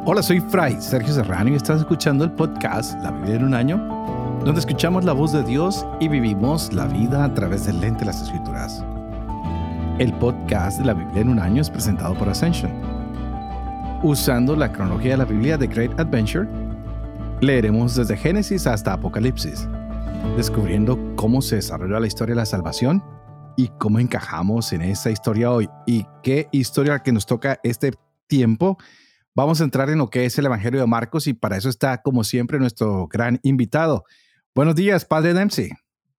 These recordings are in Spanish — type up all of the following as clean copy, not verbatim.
Hola, soy Fray Sergio Serrano y estás escuchando el podcast La Biblia en un año, donde escuchamos la voz de Dios y vivimos la vida a través del lente de las Escrituras. El podcast de La Biblia en un año es presentado por Ascension. Usando la cronología de la Biblia de Great Adventure, leeremos desde Génesis hasta Apocalipsis, descubriendo cómo se desarrolló la historia de la salvación y cómo encajamos en esa historia hoy y qué historia que nos toca este tiempo. Vamos a entrar en lo que es el Evangelio de Marcos y para eso está, como siempre, nuestro gran invitado. Buenos días, Padre Dempsey.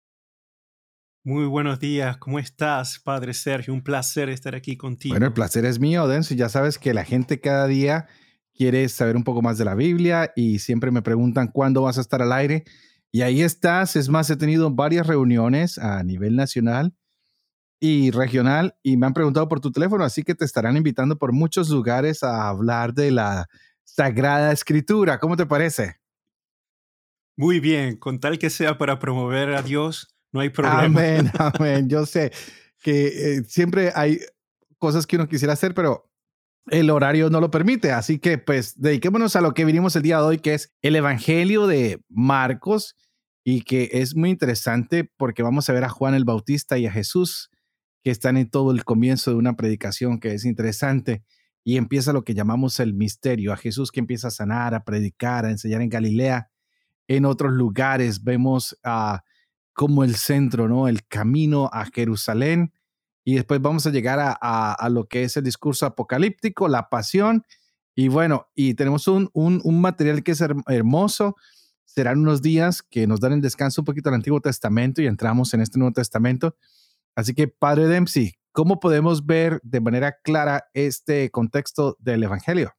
Muy buenos días. ¿Cómo estás, Padre Sergio? Un placer estar aquí contigo. Bueno, el placer es mío, Dempsey. Ya sabes que la gente cada día quiere saber un poco más de la Biblia y siempre me preguntan cuándo vas a estar al aire. Y ahí estás. Es más, he tenido varias reuniones a nivel nacional y regional y me han preguntado por tu teléfono, así que te estarán invitando por muchos lugares a hablar de la Sagrada Escritura. ¿Cómo te parece? Muy bien. Con tal que sea para promover a Dios, no hay problema. Amén, amén. Yo sé que siempre hay cosas que uno quisiera hacer, pero el horario no lo permite. Así que pues dediquémonos a lo que vinimos el día de hoy, que es el Evangelio de Marcos y que es muy interesante porque vamos a ver a Juan el Bautista y a Jesús que están en todo el comienzo de una predicación que es interesante y empieza lo que llamamos el misterio, a Jesús que empieza a sanar, a predicar, a enseñar en Galilea. En otros lugares vemos como el centro, ¿no? El camino a Jerusalén y después vamos a llegar a lo que es el discurso apocalíptico, la pasión y bueno, y tenemos un material que es hermoso. Serán unos días que nos dan el descanso un poquito del Antiguo Testamento y entramos en este Nuevo Testamento. Así que, Padre Dempsey, ¿cómo podemos ver de manera clara este contexto del Evangelio?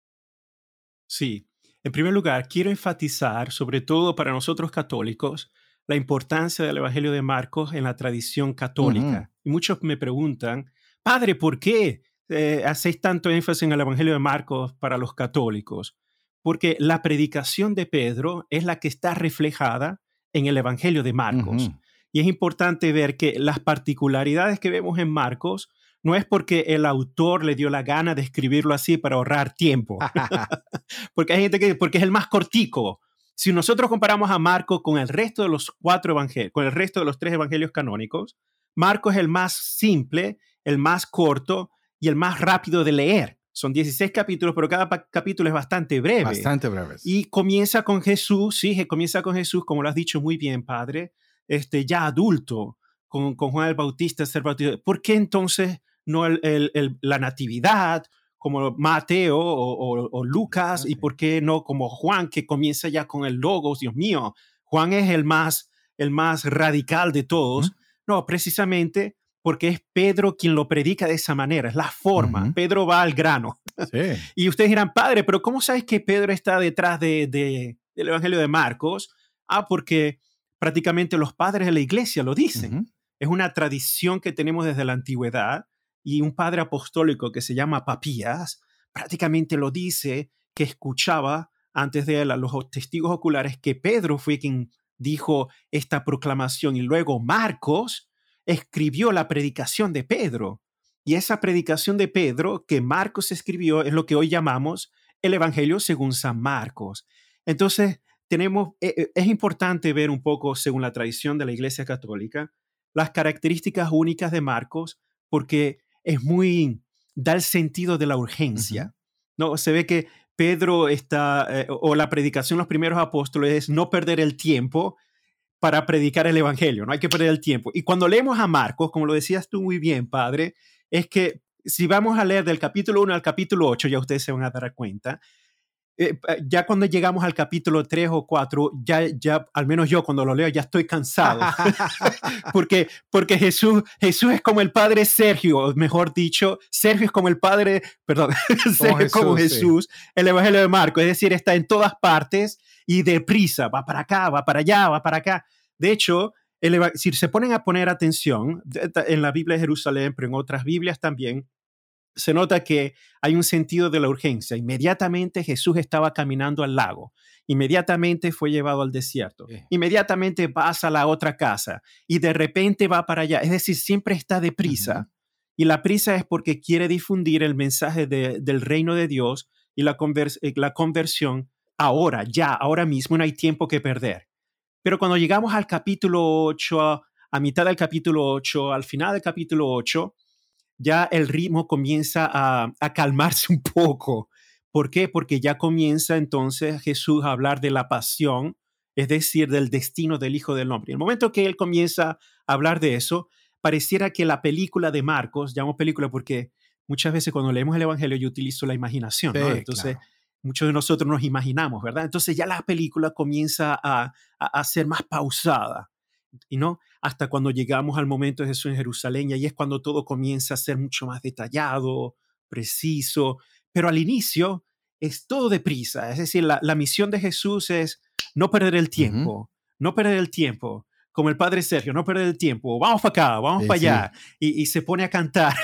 Sí. En primer lugar, quiero enfatizar, sobre todo para nosotros católicos, la importancia del Evangelio de Marcos en la tradición católica. Y muchos me preguntan, Padre, ¿por qué hacéis tanto énfasis en el Evangelio de Marcos para los católicos? Porque la predicación de Pedro es la que está reflejada en el Evangelio de Marcos. Y es importante ver que las particularidades que vemos en Marcos no es porque el autor le dio la gana de escribirlo así para ahorrar tiempo. Porque hay gente que porque es el más cortico. Si nosotros comparamos a Marcos con el resto de los 4 evangelios, con el resto de los 3 evangelios canónicos, Marcos es el más simple, el más corto y el más rápido de leer. Son 16 capítulos, pero cada capítulo es bastante breve. Bastante breves. Y comienza con Jesús, sí, comienza con Jesús, como lo has dicho muy bien, Padre, ya adulto, con Juan el Bautista ser bautizado. ¿Por qué entonces no la natividad, como Mateo o Lucas, y por qué no como Juan, que comienza ya con el Logos? Dios mío, Juan es el más radical de todos. No, precisamente porque es Pedro quien lo predica de esa manera, es la forma. Pedro va al grano. Sí. Y ustedes dirán, Padre, pero ¿cómo sabes que Pedro está detrás del Evangelio de Marcos? Porque prácticamente los padres de la iglesia lo dicen. Es una tradición que tenemos desde la antigüedad. Y un padre apostólico que se llama Papías prácticamente lo dice, que escuchaba antes de él a los testigos oculares que Pedro fue quien dijo esta proclamación y luego Marcos escribió la predicación de Pedro. Y esa predicación de Pedro que Marcos escribió es lo que hoy llamamos el Evangelio según San Marcos. Entonces, es importante ver un poco, según la tradición de la Iglesia Católica, las características únicas de Marcos, porque da el sentido de la urgencia. ¿No? Se ve que Pedro o la predicación de los primeros apóstoles es no perder el tiempo para predicar el evangelio, no hay que perder el tiempo. Y cuando leemos a Marcos, como lo decías tú muy bien, Padre, es que si vamos a leer del capítulo 1 al capítulo 8, ya ustedes se van a dar cuenta, ya cuando llegamos al capítulo 3 o 4, ya al menos yo cuando lo leo ya estoy cansado. porque Jesús es como el padre Sergio, mejor dicho, Sergio es como el padre, perdón, Sergio es como Jesús, sí. El Evangelio de Marcos, es decir, está en todas partes y deprisa, va para acá, va para allá, va para acá. De hecho, si se ponen a poner atención, en la Biblia de Jerusalén, pero en otras Biblias también, se nota que hay un sentido de la urgencia. Inmediatamente Jesús estaba caminando al lago. Inmediatamente fue llevado al desierto. Inmediatamente pasa a la otra casa y de repente va para allá. Es decir, siempre está deprisa. Y la prisa es porque quiere difundir el mensaje del reino de Dios y la conversión ahora, ya, ahora mismo, no hay tiempo que perder. Pero cuando llegamos al capítulo 8, a mitad del capítulo 8, al final del capítulo 8, ya el ritmo comienza a calmarse un poco. ¿Por qué? Porque ya comienza entonces Jesús a hablar de la pasión, es decir, del destino del Hijo del Hombre. En el momento que él comienza a hablar de eso, pareciera que la película de Marcos, llamo película porque muchas veces cuando leemos el Evangelio yo utilizo la imaginación, ¿no? Sí, Entonces, claro. muchos de nosotros nos imaginamos, ¿verdad? Entonces ya la película comienza a ser más pausada, y no hasta cuando llegamos al momento de Jesús en Jerusalén, y ahí es cuando todo comienza a ser mucho más detallado, preciso, pero al inicio es todo deprisa, es decir, la misión de Jesús es no perder el Ujú. tiempo, no perder el tiempo, como el padre Sergio, no perder el tiempo, vamos para acá, vamos Sí, para sí. allá, y se pone a cantar.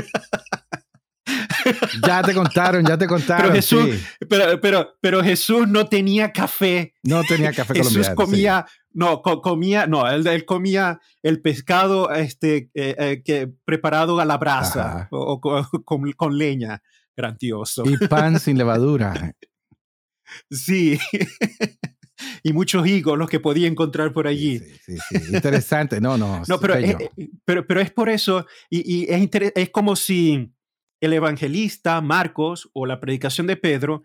Ya te Pero contaron, Jesús, sí. pero Jesús no tenía café. No tenía café Jesús colombiano, sí. comía, no, comía, no, él comía el pescado que preparado a la brasa Ajá. o con leña. Grandioso. Y pan sin levadura. Sí. Y muchos higos los que podía encontrar por Sí, allí. sí, sí, sí. Interesante. No, no, No, es bello. pero es por eso, y es como si el evangelista Marcos o la predicación de Pedro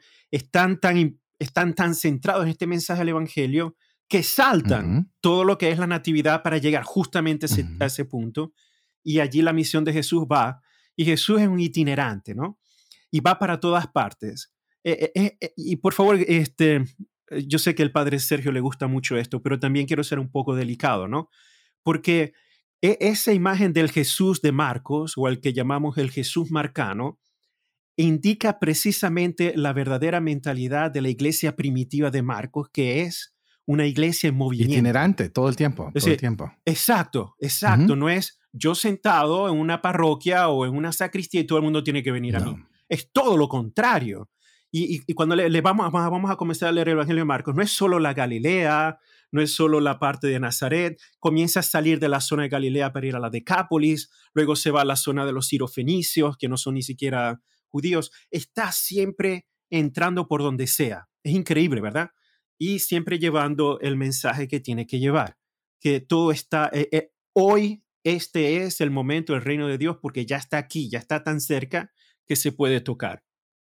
están tan centrados en este mensaje del evangelio que saltan Ujú, todo lo que es la natividad para llegar justamente a ujú. ese punto. Y allí la misión de Jesús va, y Jesús es un itinerante, ¿no? Y va para todas partes. Y por favor, yo sé que el padre Sergio le gusta mucho esto, pero también quiero ser un poco delicado, ¿no? Porque esa imagen del Jesús de Marcos, o el que llamamos el Jesús marcano, indica precisamente la verdadera mentalidad de la iglesia primitiva de Marcos, que es una iglesia en movimiento. Itinerante, todo el tiempo, Es todo el decir, tiempo. exacto, Ujú. exacto. No es yo sentado en una parroquia o en una sacristía y todo el mundo tiene que venir a No. mí. Es todo lo contrario. Y cuando le vamos a comenzar a leer el Evangelio de Marcos, no es solo la Galilea, no es solo la parte de Nazaret, comienza a salir de la zona de Galilea para ir a la Decápolis, luego se va a la zona de los sirofenicios, que no son ni siquiera judíos. Está siempre entrando por donde sea. Es increíble, ¿verdad? Y siempre llevando el mensaje que tiene que llevar, que todo está, hoy este es el momento del reino de Dios porque ya está aquí, ya está tan cerca que se puede tocar.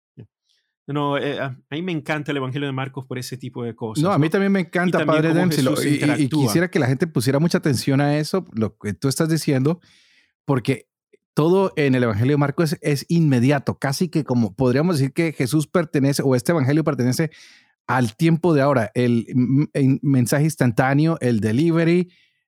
No, a mí me encanta el Evangelio de Marcos por ese tipo de No, cosas, a mí ¿no? también me Y encanta, también Padre cómo Dempsey, Jesús y interactúa. quisiera que la gente pusiera mucha atención a eso, lo que tú estás diciendo, porque todo en el Evangelio de Marcos es inmediato, casi que como podríamos decir que Jesús pertenece, o este Evangelio pertenece al tiempo de ahora, el mensaje instantáneo, el delivery,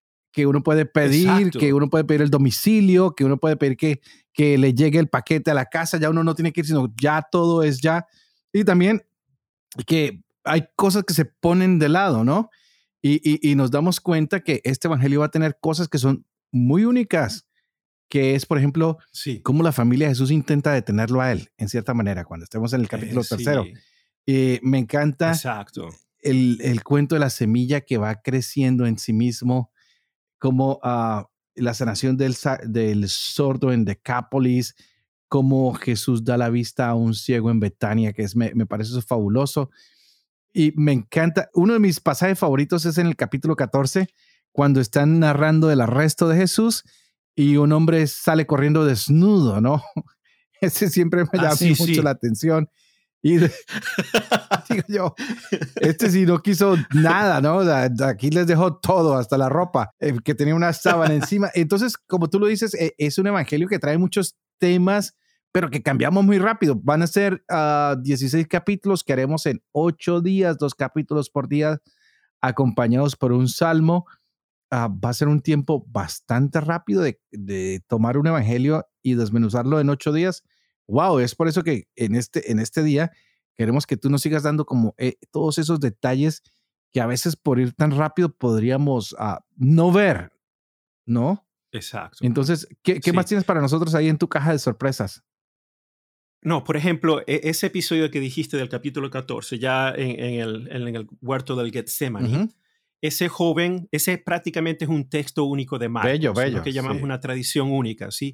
que Exacto, uno puede pedir el domicilio, que uno puede pedir que le llegue el paquete a la casa, ya uno no tiene que ir, sino ya todo es ya. Y también que hay cosas que se ponen de lado, ¿no? Y nos damos cuenta que este evangelio va a tener cosas que son muy únicas, que es, por ejemplo, sí, cómo la familia de Jesús intenta detenerlo a él, en cierta manera, cuando estemos en el capítulo tercero. sí, Me encanta exacto. el cuento de la semilla que va creciendo en sí mismo, como la sanación del sordo en Decápolis, cómo Jesús da la vista a un ciego en Betania, que me parece eso fabuloso. Y me encanta, uno de mis pasajes favoritos es en el capítulo 14, cuando están narrando el arresto de Jesús y un hombre sale corriendo desnudo, ¿no? Ese siempre me Ah, llama a mí sí, mucho la sí. atención. Y digo yo, este sí no quiso nada, ¿no? Aquí les dejó todo, hasta la ropa, que tenía una sábana encima. Entonces, como tú lo dices, es un evangelio que trae muchos temas, pero que cambiamos muy rápido. Van a ser 16 capítulos que haremos en 8 días, 2 capítulos por día, acompañados por un salmo. Va a ser un tiempo bastante rápido de tomar un evangelio y desmenuzarlo en 8 días. Wow, es por eso que en este día queremos que tú nos sigas dando como todos esos detalles que a veces por ir tan rápido podríamos no ver, ¿no? Exacto, Entonces, ¿qué más sí. tienes para nosotros ahí en tu caja de sorpresas? No, por ejemplo, ese episodio que dijiste del capítulo 14, ya en el huerto del Getsemaní, Ujú. ese joven, ese prácticamente es un texto único de Bello, Marcos, es lo bello, que llamamos sí. una tradición única, ¿sí?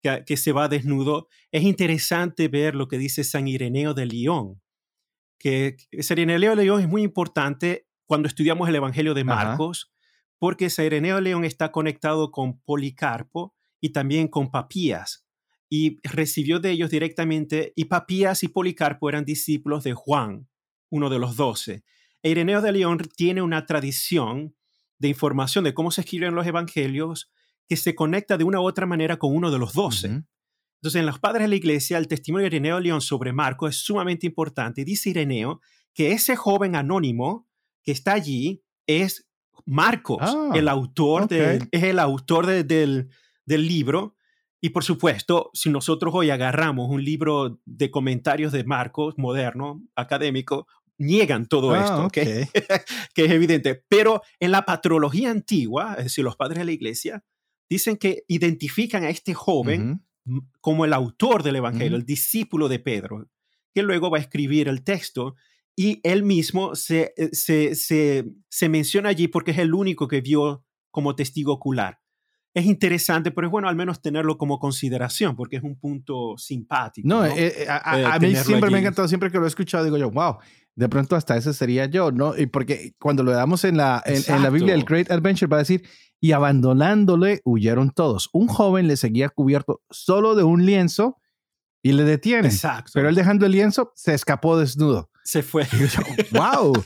que se va desnudo. Es interesante ver lo que dice San Ireneo de Lyon, que San Ireneo de Lyon es muy importante cuando estudiamos el Evangelio de Ajá. Marcos, porque San Ireneo de Lyon está conectado con Policarpo y también con Papías, y recibió de ellos directamente, y Papías y Policarpo eran discípulos de Juan, uno de los 12. Ireneo de Lyon tiene una tradición de información de cómo se escriben los evangelios que se conecta de una u otra manera con uno de los 12. Ujú. Entonces, en los padres de la iglesia, el testimonio de Ireneo de León sobre Marcos es sumamente importante. Dice Ireneo que ese joven anónimo que está allí es Marcos, Ah, el autor, ok. es el autor del libro. Y por supuesto, si nosotros hoy agarramos un libro de comentarios de Marcos, moderno, académico, niegan todo Ah, esto, ¿ok? ok. Que es evidente. Pero en la patrología antigua, es decir, los padres de la iglesia, dicen que identifican a este joven Ujú, como el autor del Evangelio, ujú. el discípulo de Pedro, que luego va a escribir el texto y él mismo se menciona allí porque es el único que vio como testigo ocular. Es interesante, pero es bueno al menos tenerlo como consideración porque es un punto simpático, No, ¿no? a mí Tenerlo siempre me ha allí. encantado, siempre que lo he escuchado, digo yo, wow, de pronto hasta ese sería yo, ¿no? Y porque cuando lo damos en la Biblia, el Exacto. Great Adventure va a decir, y abandonándole, huyeron todos. Un joven le seguía cubierto solo de un lienzo y le detienen, pero él Exacto. dejando el lienzo se escapó desnudo. Se fue. Y yo, wow.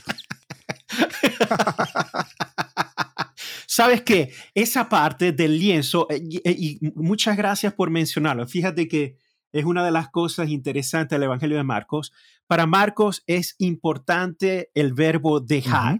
¿Sabes qué? Esa parte del lienzo, y muchas gracias por mencionarlo. Fíjate que es una de las cosas interesantes del Evangelio de Marcos. Para Marcos es importante el verbo dejar.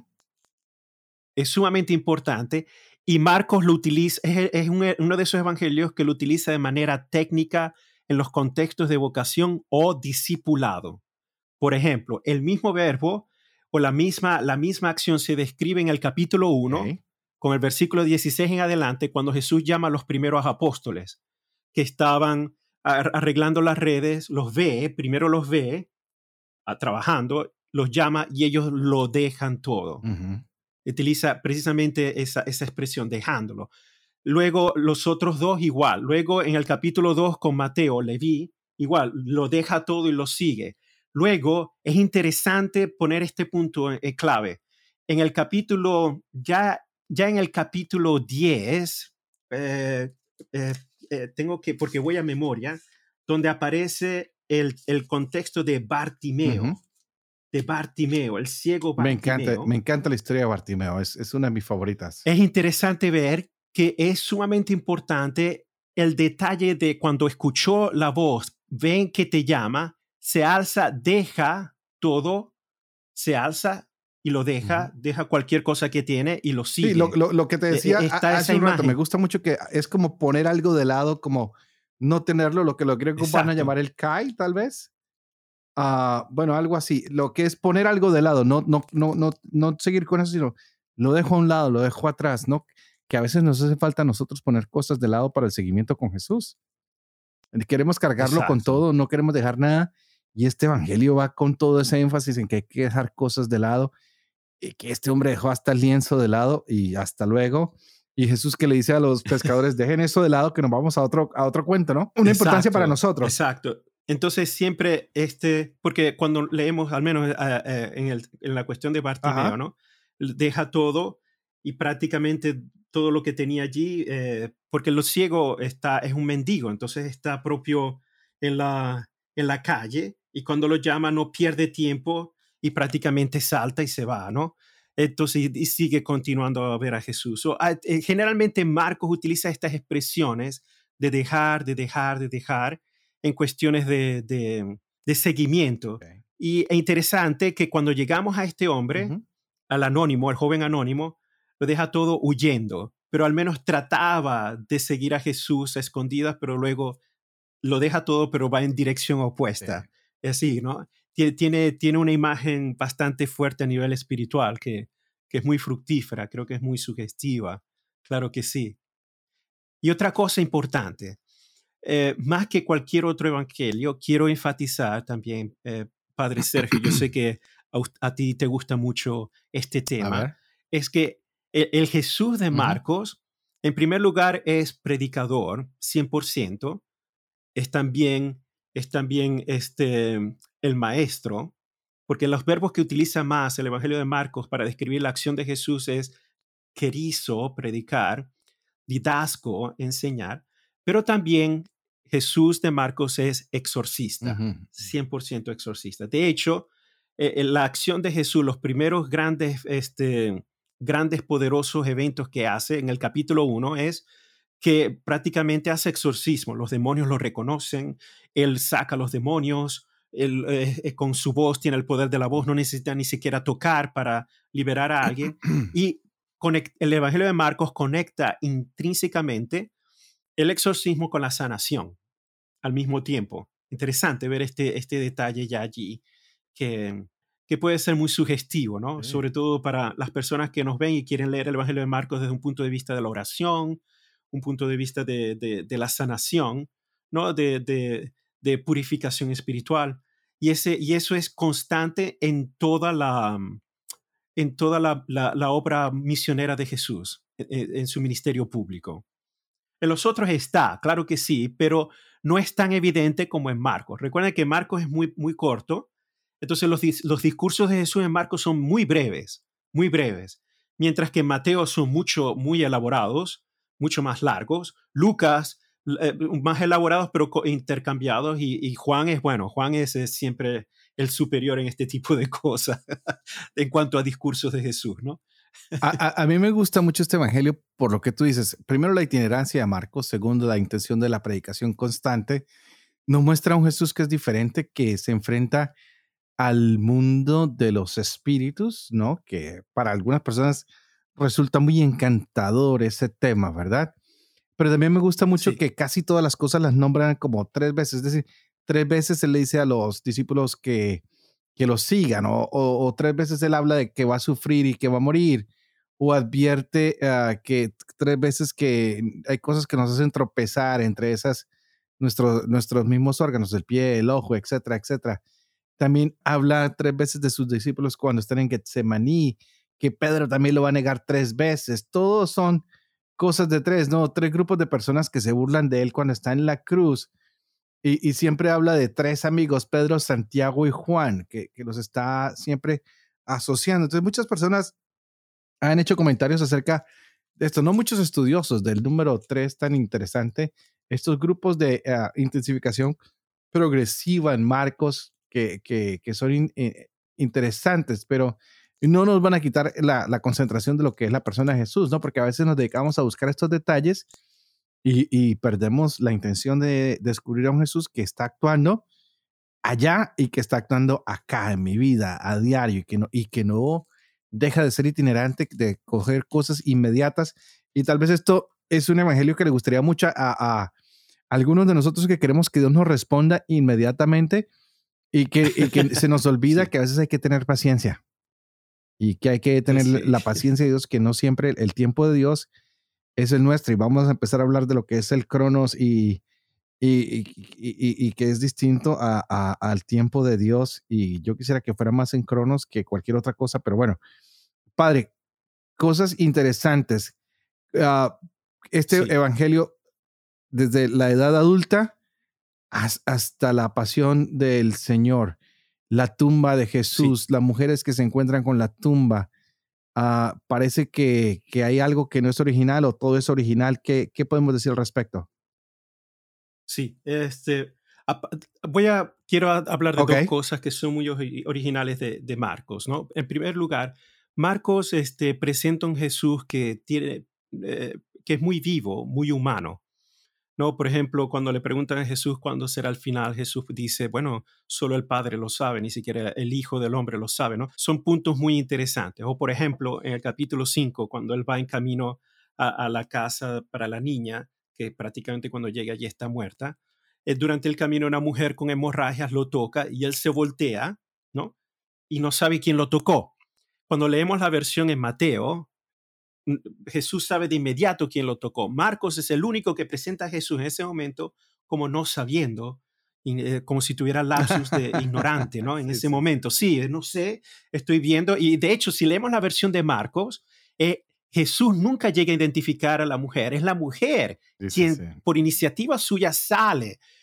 Es sumamente importante. Y Marcos lo utiliza, es uno de esos evangelios que lo utiliza de manera técnica en los contextos de vocación o discipulado. Por ejemplo, el mismo verbo o la misma acción se describe en el capítulo 1, Ok. con el versículo 16 en adelante, cuando Jesús llama a los primeros apóstoles que estaban arreglando las redes, primero los ve trabajando, los llama y ellos lo dejan todo. Ujú. Utiliza precisamente esa expresión, dejándolo. Luego los otros dos igual. Luego en el capítulo 2 con Mateo, Leví, igual, lo deja todo y lo sigue. Luego es interesante poner este punto en clave. En el capítulo, ya en el capítulo 10, eh, eh, porque voy a memoria, donde aparece el contexto Ujú. de Bartimeo, el ciego Bartimeo. Me encanta la historia de Bartimeo, es una de mis favoritas. Es interesante ver que es sumamente importante el detalle de cuando escuchó la voz, ven que te llama, se alza, deja todo, se alza y lo Ujú. deja cualquier cosa que tiene y lo Sí, lo, sigue. lo, lo que te decía Está hace esa un rato, me imagen. gusta mucho que es como poner algo de lado, como no tenerlo, lo que los griegos van a Exacto, llamar el kai, tal vez. Bueno, algo así. Lo que es poner algo de lado, no seguir con eso, sino lo dejo a un lado, lo dejo atrás, ¿no? Que a veces nos hace falta a nosotros poner cosas de lado para el seguimiento con Jesús. Queremos cargarlo con exacto, todo, no queremos dejar nada. Y este evangelio va con todo ese énfasis en que hay que dejar cosas de lado, y que este hombre dejó hasta el lienzo de lado y hasta luego. Y Jesús que le dice a los pescadores, dejen eso de lado, que nos vamos a otro cuento, ¿no? Una importancia para exacto, nosotros. exacto. Entonces siempre, porque cuando leemos, al menos en la cuestión de Bartimeo, Ajá. ¿no? Deja todo y prácticamente todo lo que tenía allí, porque lo ciego es un mendigo, entonces está propio en la calle y cuando lo llama no pierde tiempo y prácticamente salta y se va, ¿no? Entonces, y sigue continuando a ver a Jesús. Generalmente Marcos utiliza estas expresiones de dejar, de dejar, de dejar en cuestiones de seguimiento. Okay. Y es interesante que cuando llegamos a este hombre, Ujú. al anónimo, al joven anónimo, lo deja todo huyendo, pero al menos trataba de seguir a Jesús a escondidas, pero luego lo deja todo, pero va en dirección Sí. opuesta. Es así, ¿no? Tiene una imagen bastante fuerte a nivel espiritual que es muy fructífera, creo que es muy sugestiva. Claro que sí. Y otra cosa importante, más que cualquier otro evangelio, quiero enfatizar también, Padre Sergio, yo sé que a ti te gusta mucho este A tema, ver. es que el Jesús de Ujú. Marcos, en primer lugar, es predicador, 100%, es también el maestro, porque los verbos que utiliza más el Evangelio de Marcos para describir la acción de Jesús es querizo, predicar, didasco, enseñar, pero también Jesús de Marcos es exorcista, Ujú. 100% exorcista. De hecho, la acción de Jesús, los primeros grandes, poderosos eventos que hace en el capítulo 1 es que prácticamente hace exorcismo. Los demonios lo reconocen, él saca a los demonios, él con su voz tiene el poder de la voz, no necesita ni siquiera tocar para liberar a alguien. Y el Evangelio de Marcos conecta intrínsecamente el exorcismo con la sanación al mismo tiempo. Interesante ver este detalle ya allí que, que puede ser muy sugestivo, ¿no? Sí. Sobre todo para las personas que nos ven y quieren leer el Evangelio de Marcos desde un punto de vista de la oración, un punto de vista de la sanación, ¿no? De purificación espiritual. Y eso es constante en toda la obra misionera de Jesús, en su ministerio público. En los otros está, claro que sí, pero no es tan evidente como en Marcos. Recuerden que Marcos es muy, muy corto, entonces los discursos de Jesús en Marcos son muy breves, mientras que en Mateo son muy elaborados, mucho más largos. Lucas, más elaborados pero intercambiados, y Juan es siempre el superior en este tipo de cosas en cuanto a discursos de Jesús, ¿no? A mí me gusta mucho este evangelio por lo que tú dices. Primero, la itinerancia de Marcos. Segundo, la intención de la predicación constante. Nos muestra un Jesús que es diferente, que se enfrenta al mundo de los espíritus, ¿no? Que para algunas personas resulta muy encantador ese tema, ¿verdad? Pero también me gusta mucho Sí, que casi todas las cosas las nombran como tres veces. Es decir, tres veces él le dice a los discípulos que los sigan, o tres veces él habla de que va a sufrir y que va a morir, o advierte que tres veces que hay cosas que nos hacen tropezar, entre esas nuestros mismos órganos, el pie, el ojo, etcétera, etcétera. También habla tres veces de sus discípulos cuando están en Getsemaní, que Pedro también lo va a negar tres veces. Todos son cosas de tres, ¿no? Tres grupos de personas que se burlan de él cuando está en la cruz. Y siempre habla de tres amigos, Pedro, Santiago y Juan, que los está siempre asociando. Entonces muchas personas han hecho comentarios acerca de esto, no muchos estudiosos del número tres tan interesante, estos grupos de intensificación progresiva en Marcos que son interesantes, pero no nos van a quitar la concentración de lo que es la persona de Jesús, ¿no? Porque a veces nos dedicamos a buscar estos detalles y perdemos la intención de descubrir a un Jesús que está actuando allá y que está actuando acá en mi vida a diario y que no deja de ser itinerante, de coger cosas inmediatas. Y tal vez esto es un evangelio que le gustaría mucho a algunos de nosotros que queremos que Dios nos responda inmediatamente y que se nos olvida sí, que a veces hay que tener paciencia y que hay que tener sí. la paciencia de Dios, que no siempre el tiempo de Dios es el nuestro. Y vamos a empezar a hablar de lo que es el Cronos y que es distinto al tiempo de Dios. Y yo quisiera que fuera más en Cronos que cualquier otra cosa, pero bueno, Padre, cosas interesantes. Ah, este Sí, evangelio desde la edad adulta hasta la pasión del Señor, la tumba de sí, Jesús, las mujeres que se encuentran con la tumba. Parece que hay algo que no es original o todo es original. ¿Qué podemos decir al respecto? sí. Apa- quiero hablar de Ok. dos cosas que son muy originales de Marcos, ¿no? En primer lugar, Marcos presenta un Jesús que es muy vivo, muy humano. ¿No? Por ejemplo, cuando le preguntan a Jesús cuándo será el final, Jesús dice, bueno, solo el Padre lo sabe, ni siquiera el Hijo del Hombre lo sabe, ¿no? Son puntos muy interesantes. O, por ejemplo, en el capítulo 5, cuando él va en camino a la casa para la niña, que prácticamente cuando llega allí está muerta, durante el camino una mujer con hemorragias lo toca y él se voltea, ¿no? Y no sabe quién lo tocó. Cuando leemos la versión en Mateo, Jesús sabe de inmediato quién lo tocó. Marcos es el único que presenta a Jesús en ese momento como no sabiendo, como si tuviera lapsus de ignorante, ¿no? En Sí, ese sí, sí, momento, sí, no sé, estoy viendo. Y de hecho, si leemos la versión de Marcos, Jesús nunca llega a identificar a la mujer. Es la mujer sí, sí, sí. quien por iniciativa suya sale.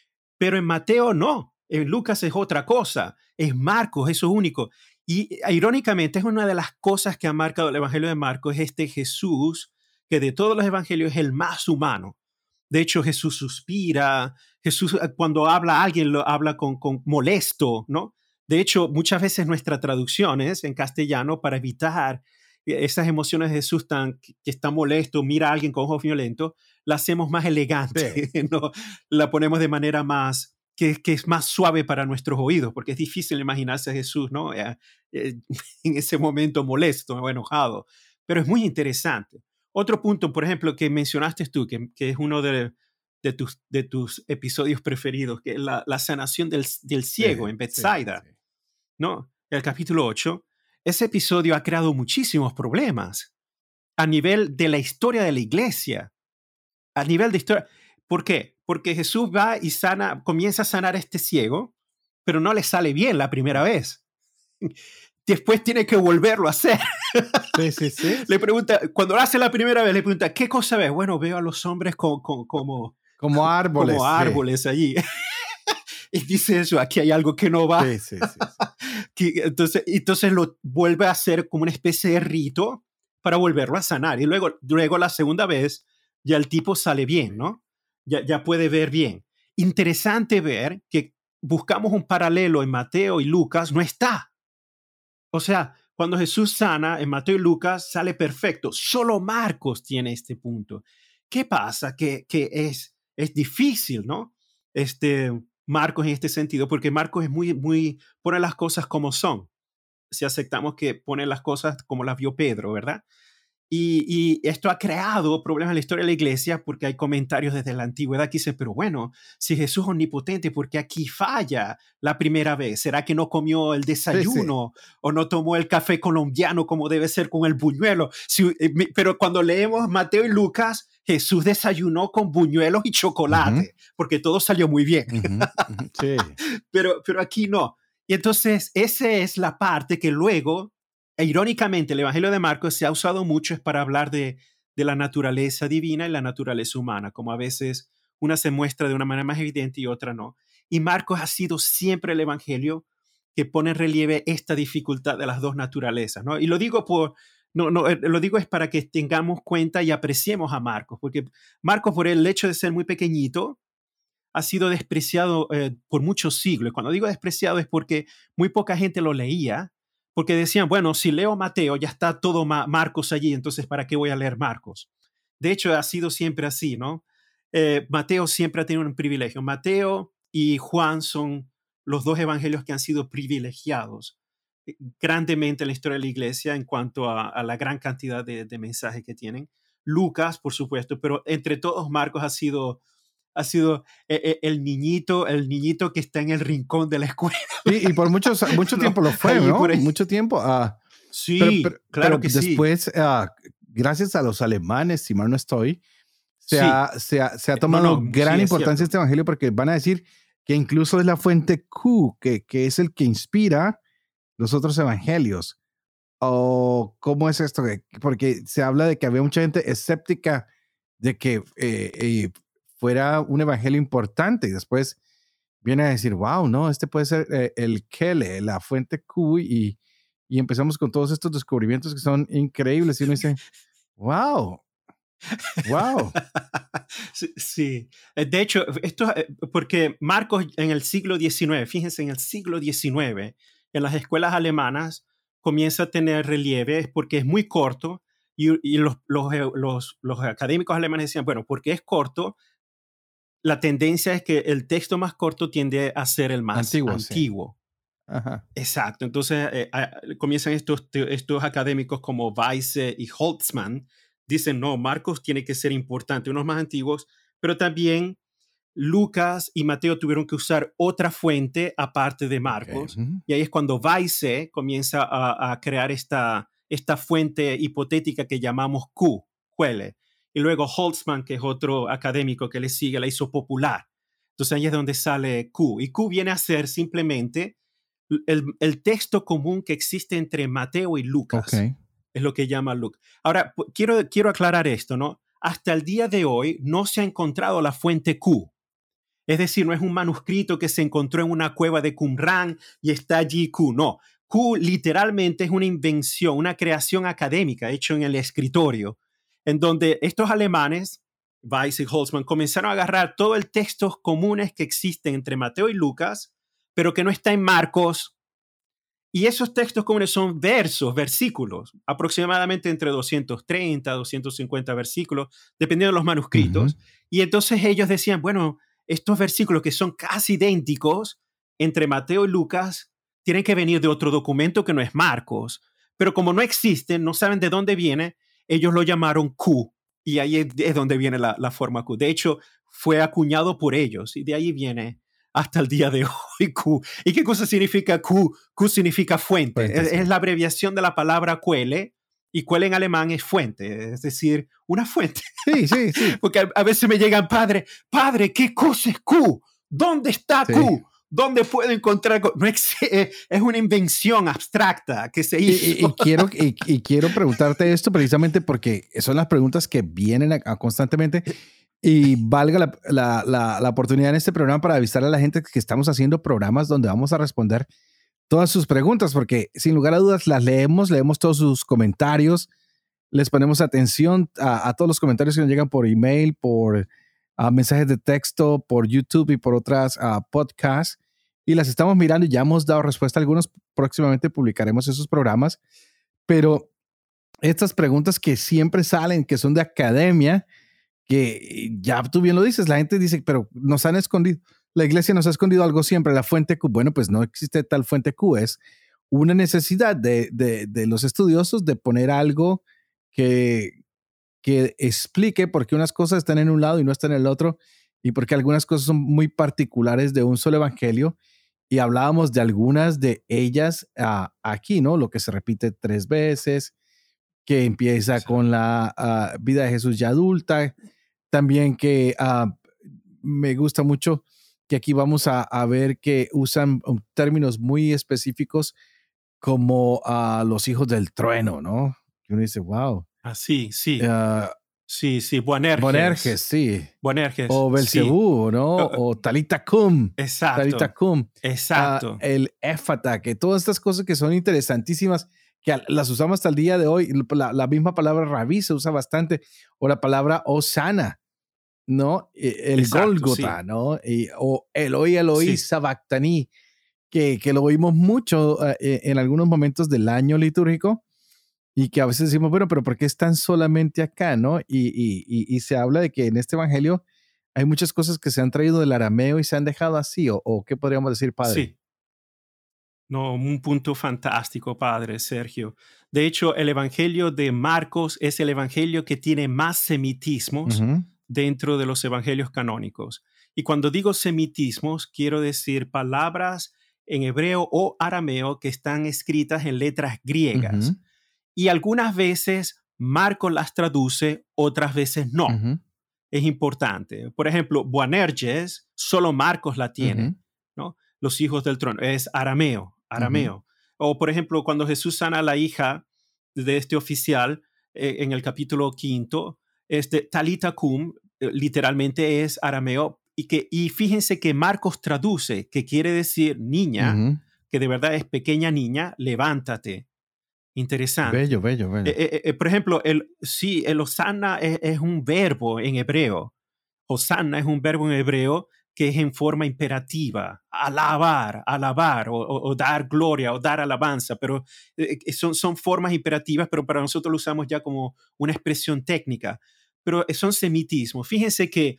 Pero en Mateo no, en Lucas es otra cosa, es Marcos, eso es único. Y irónicamente es una de las cosas que ha marcado el Evangelio de Marcos, es este Jesús que de todos los evangelios es el más humano. De hecho, Jesús suspira, Jesús cuando habla a alguien lo habla con molesto, ¿no? De hecho, muchas veces nuestras traducciones en castellano, para evitar esas emociones de Jesús que está molesto, mira a alguien con ojos violentos, la hacemos más elegante, sí. ¿No? La ponemos de manera más, que es más suave para nuestros oídos, porque es difícil imaginarse a Jesús, ¿no? En ese momento molesto o enojado. Pero es muy interesante. Otro punto, por ejemplo, que mencionaste tú, que es uno de tus episodios preferidos, que es la sanación del ciego en Bethsaida, sí. ¿No? El capítulo 8. Ese episodio ha creado muchísimos problemas a nivel de la historia de la iglesia. A nivel de historia. ¿Por qué? Porque Jesús va y comienza a sanar a este ciego, pero no le sale bien la primera vez. Después tiene que volverlo a hacer. Sí. Le pregunta, cuando lo hace la primera vez, le pregunta, ¿qué cosa ves? Bueno, veo a los hombres como árboles. Como árboles allí. Y dice eso, aquí hay algo que no va. Sí. Entonces lo vuelve a hacer como una especie de rito para volverlo a sanar. Y luego la segunda vez, ya el tipo sale bien, ¿no? Ya puede ver bien. Interesante ver que buscamos un paralelo en Mateo y Lucas, no está. O sea, cuando Jesús sana en Mateo y Lucas, sale perfecto. Solo Marcos tiene este punto. ¿Qué pasa? Que es difícil, ¿no? Marcos en este sentido, porque Marcos es muy pone las cosas como son. Si aceptamos que pone las cosas como las vio Pedro, ¿verdad? Y esto ha creado problemas en la historia de la iglesia porque hay comentarios desde la antigüedad que dicen, pero bueno, si Jesús es omnipotente, ¿por qué aquí falla la primera vez? ¿Será que no comió el desayuno o no tomó el café colombiano como debe ser con el buñuelo? Pero cuando leemos Mateo y Lucas, Jesús desayunó con buñuelos y chocolate, porque todo salió muy bien. Sí. pero aquí no. Y entonces esa es la parte que luego, irónicamente, el Evangelio de Marcos se ha usado mucho para hablar de la naturaleza divina y la naturaleza humana, como a veces una se muestra de una manera más evidente y otra no. Y Marcos ha sido siempre el Evangelio que pone en relieve esta dificultad de las dos naturalezas, ¿no? Y lo digo lo digo es para que tengamos cuenta y apreciemos a Marcos, porque Marcos, por el hecho de ser muy pequeñito, ha sido despreciado por muchos siglos. Cuando digo despreciado es porque muy poca gente lo leía, porque decían, bueno, si leo Mateo, ya está todo Marcos allí, entonces ¿para qué voy a leer Marcos? De hecho, ha sido siempre así, ¿no? Mateo siempre ha tenido un privilegio. Mateo y Juan son los dos evangelios que han sido privilegiados grandemente en la historia de la iglesia en cuanto a la gran cantidad de mensajes que tienen. Lucas, por supuesto, pero entre todos Marcos ha sido el niñito que está en el rincón de la escuela. Sí, y por mucho tiempo lo fue, ¿no? Mucho tiempo. Sí, claro que después, gracias a los alemanes, si mal no estoy, se ha tomado gran importancia este evangelio, porque van a decir que incluso es la fuente Q, que es el que inspira los otros evangelios. ¿O cómo es esto? Porque se habla de que había mucha gente escéptica de que fuera un evangelio importante, y después viene a decir, wow, no, este puede ser el Kele, la fuente Q, y empezamos con todos estos descubrimientos que son increíbles, y uno dice, wow. Sí. De hecho, esto porque Marcos en el siglo XIX, fíjense, en el siglo XIX, en las escuelas alemanas comienza a tener relieve porque es muy corto, y los académicos alemanes decían, bueno, porque es corto, la tendencia es que el texto más corto tiende a ser el más antiguo. Sí. Ajá. Exacto. Entonces comienzan estos académicos como Weisse y Holtzmann, dicen, no, Marcos tiene que ser importante, unos más antiguos, pero también Lucas y Mateo tuvieron que usar otra fuente aparte de Marcos. Okay. Y ahí es cuando Weisse comienza a crear esta fuente hipotética que llamamos Q, Quelle. Y luego Holtzmann, que es otro académico que le sigue, la hizo popular. Entonces ahí es donde sale Q. Y Q viene a ser simplemente el texto común que existe entre Mateo y Lucas. Okay. Es lo que llama Luke. Ahora, quiero aclarar esto, ¿no? Hasta el día de hoy no se ha encontrado la fuente Q. Es decir, no es un manuscrito que se encontró en una cueva de Qumran y está allí Q. No, Q literalmente es una invención, una creación académica hecha en el escritorio, en donde estos alemanes, Weiss y Holzman, comenzaron a agarrar todos los textos comunes que existen entre Mateo y Lucas, pero que no está en Marcos. Y esos textos comunes son versos, versículos, aproximadamente entre 230, 250 versículos, dependiendo de los manuscritos. Y entonces ellos decían, bueno, estos versículos que son casi idénticos entre Mateo y Lucas tienen que venir de otro documento que no es Marcos. Pero como no existen, no saben de dónde viene, ellos lo llamaron Q. Y ahí es donde viene la forma Q. De hecho, fue acuñado por ellos y de ahí viene hasta el día de hoy Q. ¿Y qué cosa significa Q? Q significa fuente. Fuente, sí. Es la abreviación de la palabra Quelle, y Quelle en alemán es fuente, es decir, una fuente. Sí, sí, sí. Porque a veces me llegan, padre, ¿qué cosa es Q? ¿Dónde está Sí. Q? ¿Dónde puedo encontrar? No es una invención abstracta que se hizo. Y quiero preguntarte esto precisamente porque son las preguntas que vienen constantemente y valga la oportunidad en este programa para avisar a la gente que estamos haciendo programas donde vamos a responder todas sus preguntas, porque sin lugar a dudas las leemos todos sus comentarios, les ponemos atención a todos los comentarios que nos llegan por email, por mensajes de texto, por YouTube y por otras podcasts, y las estamos mirando y ya hemos dado respuesta a algunos. Próximamente publicaremos esos programas, pero estas preguntas que siempre salen, que son de academia, que ya tú bien lo dices, la gente dice, pero nos han escondido, la iglesia nos ha escondido algo siempre, la fuente Q. Bueno, pues no existe tal fuente Q, es una necesidad de los estudiosos de poner algo que explique por qué unas cosas están en un lado y no están en el otro, y porque algunas cosas son muy particulares de un solo evangelio. Y hablábamos de algunas de ellas aquí, ¿no? Lo que se repite 3 veces, que empieza con la vida de Jesús ya adulta. También que me gusta mucho que aquí vamos a ver que usan términos muy específicos como los hijos del trueno, ¿no? Y uno dice, wow. Sí. Uh, Sí, Boanerges, sí. Boanerges, O sí. Belcebú, ¿no? O Talita Cum. Talita Exacto, Cum. exacto. El Éfata, que todas estas cosas que son interesantísimas, que las usamos hasta el día de hoy. La misma palabra rabí se usa bastante, o la palabra Osana, ¿no? El Exacto, Gólgota, sí. ¿no? O Eloi Sí. Sabactaní, que lo oímos mucho en algunos momentos del año litúrgico, y que a veces decimos, bueno, pero ¿por qué están solamente acá, no? Y se habla de que en este evangelio hay muchas cosas que se han traído del arameo y se han dejado así, o ¿qué podríamos decir, padre? Sí. No, un punto fantástico, padre Sergio. De hecho, el Evangelio de Marcos es el Evangelio que tiene más semitismos Ujú, dentro de los Evangelios canónicos. Y cuando digo semitismos, quiero decir palabras en hebreo o arameo que están escritas en letras griegas. ujú, Y algunas veces Marcos las traduce, otras veces no. ujú, Es importante. Por ejemplo, Boanerges, solo Marcos la ujú, tiene, ¿no? Los hijos del trono, es arameo, ujú, arameo. O por ejemplo, cuando Jesús sana a la hija de este oficial en el capítulo 5, Talita cum, literalmente es arameo, y fíjense que Marcos traduce, que quiere decir niña, ujú. que de verdad es pequeña niña, levántate. Bello, Interesante. bello, bello. Por ejemplo, el hosanna es un verbo en hebreo. Hosanna es un verbo en hebreo que es en forma imperativa, alabar, o dar gloria, o dar alabanza, pero son formas imperativas, pero para nosotros lo usamos ya como una expresión técnica, pero son semitismos. Fíjense que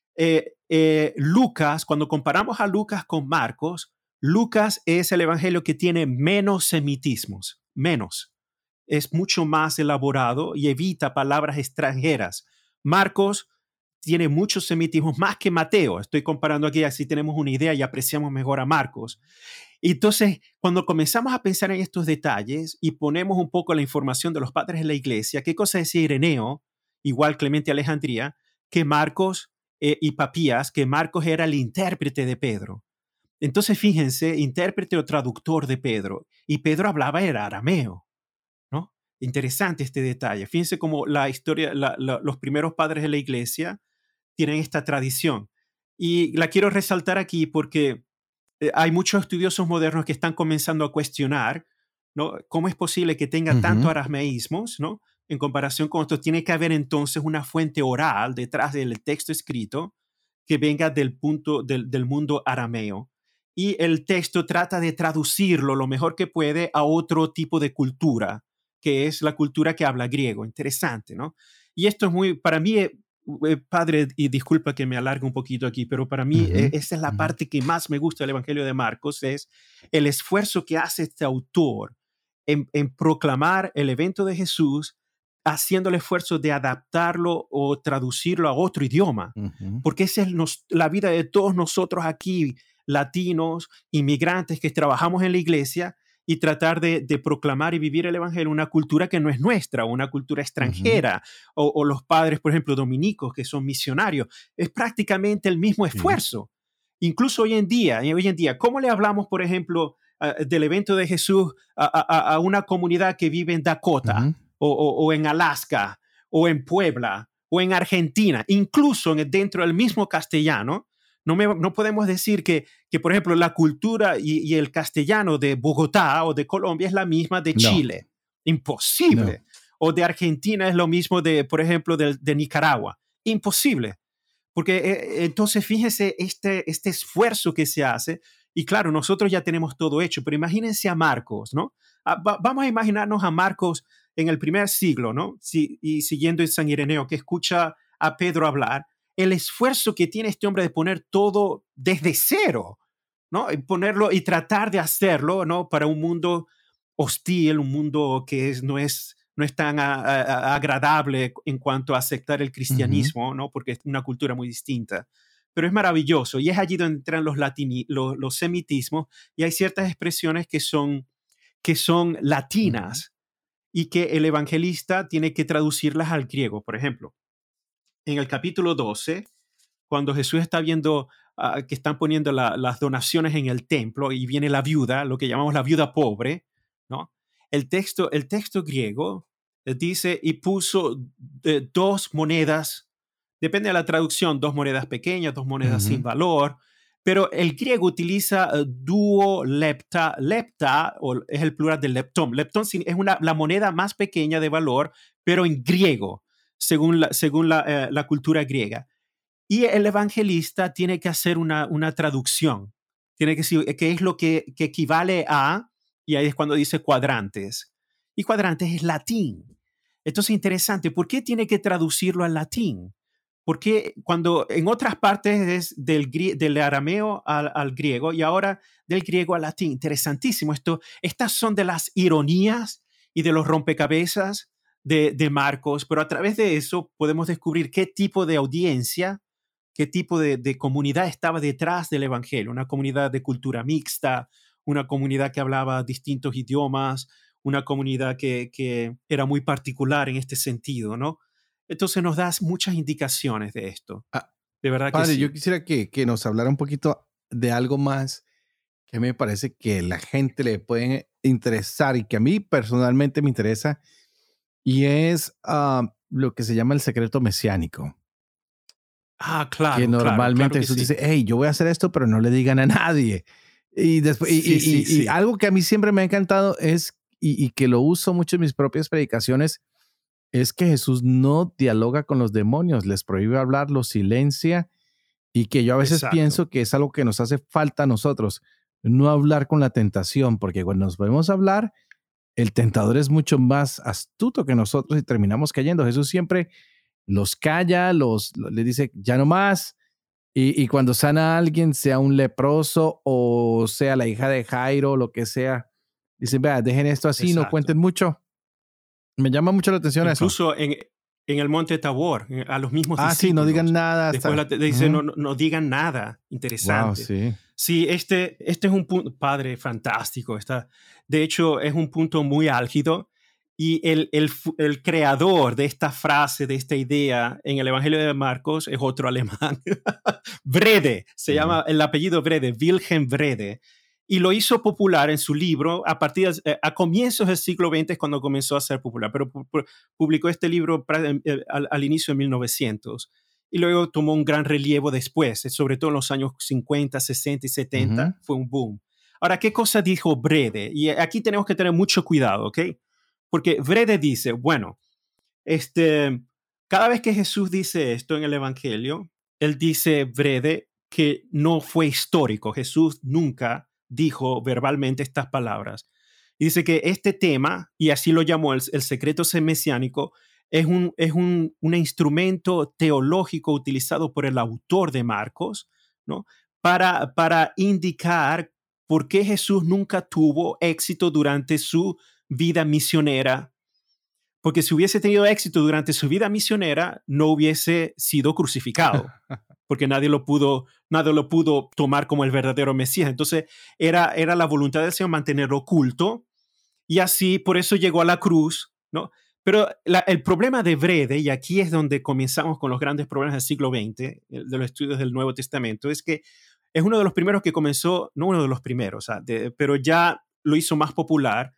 Lucas, cuando comparamos a Lucas con Marcos, Lucas es el evangelio que tiene menos semitismos, menos. Es mucho más elaborado y evita palabras extranjeras. Marcos tiene muchos semitismos más que Mateo. Estoy comparando aquí, así tenemos una idea y apreciamos mejor a Marcos. Entonces, cuando comenzamos a pensar en estos detalles y ponemos un poco la información de los padres de la iglesia, ¿qué cosa decía Ireneo, igual Clemente Alejandría, que Marcos y Papías, que Marcos era el intérprete de Pedro? Entonces, fíjense, intérprete o traductor de Pedro, y Pedro hablaba era arameo, ¿no? Interesante este detalle. Fíjense cómo la historia, los primeros padres de la iglesia tienen esta tradición. Y la quiero resaltar aquí porque hay muchos estudiosos modernos que están comenzando a cuestionar, ¿no? ¿Cómo es posible que tenga tanto Ujú. arameísmos, ¿no? En comparación con esto, tiene que haber entonces una fuente oral detrás del texto escrito que venga del mundo arameo. Y el texto trata de traducirlo lo mejor que puede a otro tipo de cultura, que es la cultura que habla griego. Interesante, ¿no? Y esto es muy, para mí, padre, y disculpa que me alargue un poquito aquí, pero para mí Ujú, esa es la ujú, parte que más me gusta del Evangelio de Marcos, es el esfuerzo que hace este autor en proclamar el evento de Jesús, haciendo el esfuerzo de adaptarlo o traducirlo a otro idioma, ujú. porque esa es la vida de todos nosotros aquí, latinos, inmigrantes que trabajamos en la iglesia, y tratar de proclamar y vivir el Evangelio en una cultura que no es nuestra, una cultura Ujú. extranjera, o los padres, por ejemplo, dominicos, que son misionarios. Es prácticamente el mismo Sí. esfuerzo. Incluso hoy en día, ¿cómo le hablamos, por ejemplo, del evento de Jesús a una comunidad que vive en Dakota, Ujú. o en Alaska, o en Puebla, o en Argentina, incluso dentro del mismo castellano? No podemos decir que, por ejemplo, la cultura y el castellano de Bogotá o de Colombia es la misma de No, Chile. no. Imposible. O de Argentina es lo mismo de, por ejemplo, de Nicaragua. Imposible. Porque entonces fíjense este esfuerzo que se hace. Y claro, nosotros ya tenemos todo hecho, pero imagínense a Marcos, ¿no? Vamos a imaginarnos a Marcos en el primer siglo, ¿no? Y siguiendo el San Ireneo, que escucha a Pedro hablar, el esfuerzo que tiene este hombre de poner todo desde cero, ¿no? Y ponerlo y tratar de hacerlo, ¿no? Para un mundo hostil, un mundo que no es tan agradable en cuanto a aceptar el Ujú. cristianismo, ¿no? Porque es una cultura muy distinta. Pero es maravilloso, y es allí donde entran los semitismos, y hay ciertas expresiones que son Ujú. latinas y que el evangelista tiene que traducirlas al griego. Por ejemplo, en el capítulo 12, cuando Jesús está viendo que están poniendo las donaciones en el templo y viene la viuda, lo que llamamos la viuda pobre, ¿no? El texto griego dice, y puso dos monedas, depende de la traducción, dos monedas pequeñas, dos monedas sin Ujú. valor, pero el griego utiliza duo lepta. Lepta es el plural del leptón. Leptón es la moneda más pequeña de valor, pero en griego, según la cultura griega. Y el evangelista tiene que hacer una traducción. Tiene que decir qué es lo que equivale a, y ahí es cuando dice cuadrantes. Y cuadrantes es latín. Entonces, interesante, ¿por qué tiene que traducirlo al latín? Porque cuando en otras partes es del arameo al griego, y ahora del griego al latín? Interesantísimo esto. Estas son de las ironías y de los rompecabezas de Marcos, pero a través de eso podemos descubrir qué tipo de audiencia, qué tipo de comunidad estaba detrás del Evangelio. Una comunidad de cultura mixta, una comunidad que hablaba distintos idiomas, una comunidad que era muy particular en este sentido, ¿no? Entonces nos das muchas indicaciones de esto. Ah, De verdad que padre, yo sí. quisiera que nos hablara un poquito de algo más que me parece que la gente le puede interesar y que a mí personalmente me interesa, y es lo que se llama el secreto mesiánico, Ah, que claro, claro, claro normalmente que Jesús sí. dice, hey, yo voy a hacer esto, pero no le digan a nadie. Y después, Sí, sí, y sí. algo que a mí siempre me ha encantado es, y que lo uso mucho en mis propias predicaciones, es que Jesús no dialoga con los demonios, les prohíbe hablar, los silencia, y que yo a veces Exacto. pienso que es algo que nos hace falta a nosotros, no hablar con la tentación, porque cuando nos podemos hablar, el tentador es mucho más astuto que nosotros y terminamos cayendo. Jesús siempre los calla, les dice, ya no más. Y cuando sana a alguien, sea un leproso o sea la hija de Jairo, lo que sea, dicen, vea, dejen esto así, no Exacto. cuenten mucho. Me llama mucho la atención eso. Incluso en el monte Tabor, a los mismos Ah, sí, no digan discípulos. nada Después hasta. dice, no, no, no digan nada. Wow, Interesante. sí. Sí, este es un punto, padre, fantástico. De hecho, es un punto muy álgido. Y el creador de esta frase, de esta idea en el Evangelio de Marcos es otro alemán. Brede, se Sí. llama el apellido Brede, Wilhelm Brede, y lo hizo popular en su libro a comienzos del siglo XX, es cuando comenzó a ser popular, pero publicó este libro al inicio de 1900. y luego tomó un gran relevo después, sobre todo en los años 50, 60 y 70, fue un boom. Ahora, ¿qué cosa dijo Brede? Y aquí tenemos que tener mucho cuidado, ¿ok? Porque Brede dice, bueno, cada vez que Jesús dice esto en el Evangelio, él dice, Brede, que no fue histórico. Jesús nunca dijo verbalmente estas palabras. Y dice que este tema, y así lo llamó el secreto mesiánico, es un instrumento teológico utilizado por el autor de Marcos, ¿no? Para indicar por qué Jesús nunca tuvo éxito durante su vida misionera. Porque si hubiese tenido éxito durante su vida misionera, no hubiese sido crucificado, porque nadie lo pudo tomar como el verdadero Mesías. Entonces, era la voluntad del Señor mantenerlo oculto, y así, por eso llegó a la cruz, ¿no? Pero el problema de Brede, y aquí es donde comenzamos con los grandes problemas del siglo XX, de los estudios del Nuevo Testamento, es que es uno de los primeros que comenzó, no uno de los primeros, pero ya lo hizo más popular,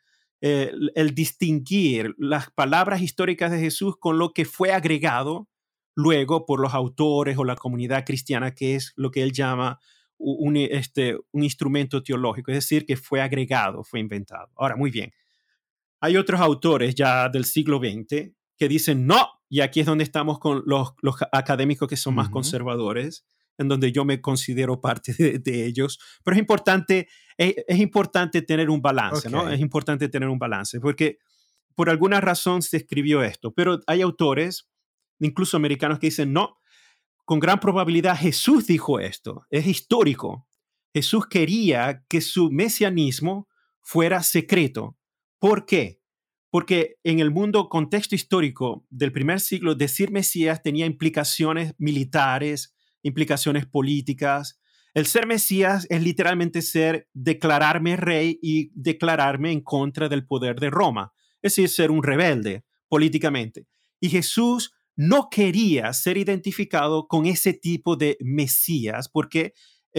el distinguir las palabras históricas de Jesús con lo que fue agregado luego por los autores o la comunidad cristiana, que es lo que él llama un instrumento teológico, es decir, que fue agregado, fue inventado. Ahora, muy bien. Hay otros autores ya del siglo XX que dicen no, y aquí es donde estamos con los académicos que son más conservadores, en donde yo me considero parte de ellos, pero es importante tener un balance, ¿no? Es importante tener un balance, porque por alguna razón se escribió esto, pero hay autores, incluso americanos, que dicen no, con gran probabilidad Jesús dijo esto, es histórico. Jesús quería que su mesianismo fuera secreto. ¿Por qué? Porque en el contexto histórico del primer siglo, decir Mesías tenía implicaciones militares, implicaciones políticas. El ser Mesías es literalmente declararme rey y declararme en contra del poder de Roma, es decir, ser un rebelde políticamente. Y Jesús no quería ser identificado con ese tipo de Mesías, porque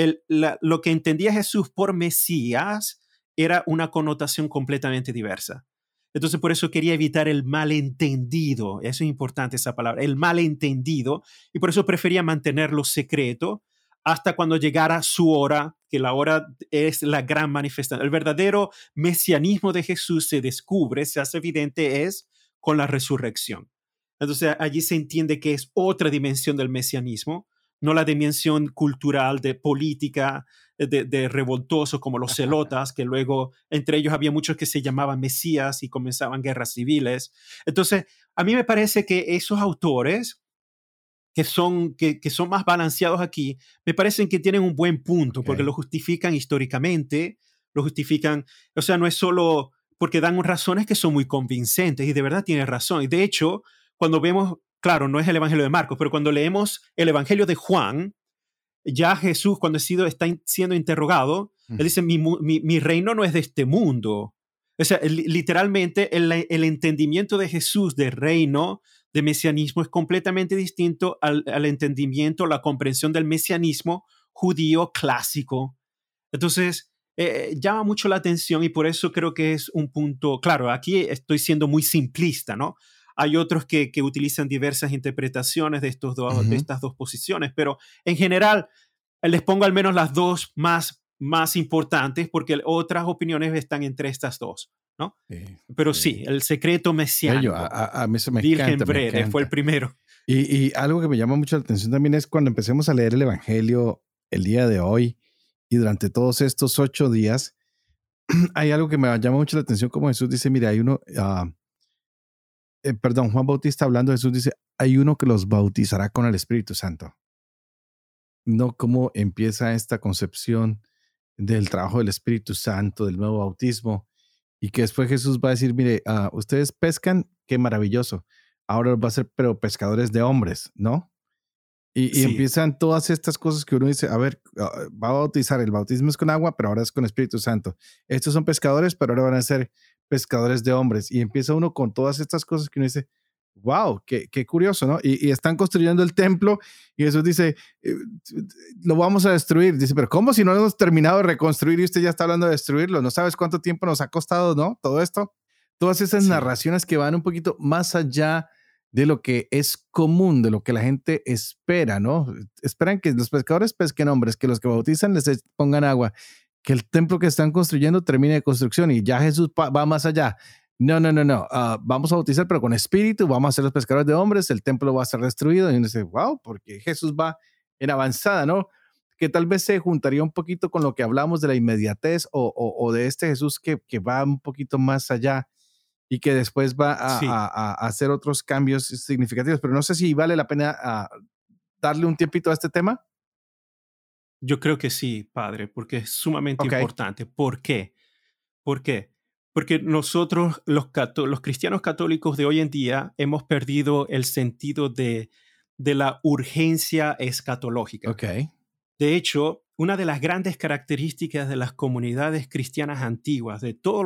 lo que entendía Jesús por Mesías era una connotación completamente diversa. Entonces, por eso quería evitar el malentendido. Eso es importante, esa palabra, el malentendido. Y por eso prefería mantenerlo secreto hasta cuando llegara su hora, que la hora es la gran manifestación. El verdadero mesianismo de Jesús se descubre, se hace evidente, es con la resurrección. Entonces, allí se entiende que es otra dimensión del mesianismo, no la dimensión cultural de política, de revoltosos como los celotas, que luego entre ellos había muchos que se llamaban mesías y comenzaban guerras civiles. Entonces, a mí me parece que esos autores que son más balanceados aquí, me parecen que tienen un buen punto, porque lo justifican históricamente, lo justifican, o sea, no es solo porque dan razones que son muy convincentes, y de verdad tienen razón. Y de hecho, cuando vemos, claro, no es el Evangelio de Marcos, pero cuando leemos el Evangelio de Juan, ya Jesús, cuando está siendo interrogado, él dice, mi reino no es de este mundo. O sea, literalmente el entendimiento de Jesús de reino, de mesianismo, es completamente distinto al entendimiento, la comprensión del mesianismo judío clásico. Entonces, llama mucho la atención, y por eso creo que es un punto, claro, aquí estoy siendo muy simplista, ¿no? Hay otros que utilizan diversas interpretaciones de estas dos posiciones, pero en general les pongo al menos las dos más importantes, porque otras opiniones están entre estas dos, ¿no? Pero sí, el secreto mesiánico. A mí eso me Virgen encanta. Brede fue el primero. Y algo que me llama mucho la atención también es cuando empecemos a leer el Evangelio el día de hoy y durante todos estos 8 días, hay algo que me llama mucho la atención, como Jesús dice, mira, hay uno... Juan Bautista hablando, Jesús dice, hay uno que los bautizará con el Espíritu Santo. No cómo empieza esta concepción del trabajo del Espíritu Santo, del nuevo bautismo, y que después Jesús va a decir, mire, ustedes pescan, qué maravilloso. Ahora va a ser, pero pescadores de hombres, ¿no? Y empiezan todas estas cosas que uno dice, a ver, va a bautizar, el bautismo es con agua, pero ahora es con Espíritu Santo. Estos son pescadores, pero ahora van a ser pescadores de hombres. Y empieza uno con todas estas cosas que uno dice, wow, qué curioso, ¿no? Y están construyendo el templo y Jesús dice, lo vamos a destruir. Dice, pero ¿cómo si no hemos terminado de reconstruir y usted ya está hablando de destruirlo? ¿No sabes cuánto tiempo nos ha costado, no? Todo esto, todas esas narraciones que van un poquito más allá de lo que es común, de lo que la gente espera, ¿no? Esperan que los pescadores pesquen hombres, que los que bautizan les pongan agua, que el templo que están construyendo termine de construcción y ya Jesús va más allá. No, no, no, no. Vamos a bautizar, pero con espíritu, vamos a ser los pescadores de hombres, el templo va a ser destruido. Y uno dice, wow, porque Jesús va en avanzada, ¿no? Que tal vez se juntaría un poquito con lo que hablamos de la inmediatez o de este Jesús que va un poquito más allá y que después va Sí, a hacer otros cambios significativos. Pero no sé si vale la pena darle un tiempito a este tema. yo creo que sí, padre, porque es sumamente Ok, importante. ¿Por qué? ¿Por qué? Porque nosotros, los cristianos católicos de hoy en día, hemos perdido el sentido de la urgencia escatológica. ok. De hecho, una de las grandes características de las comunidades cristianas antiguas,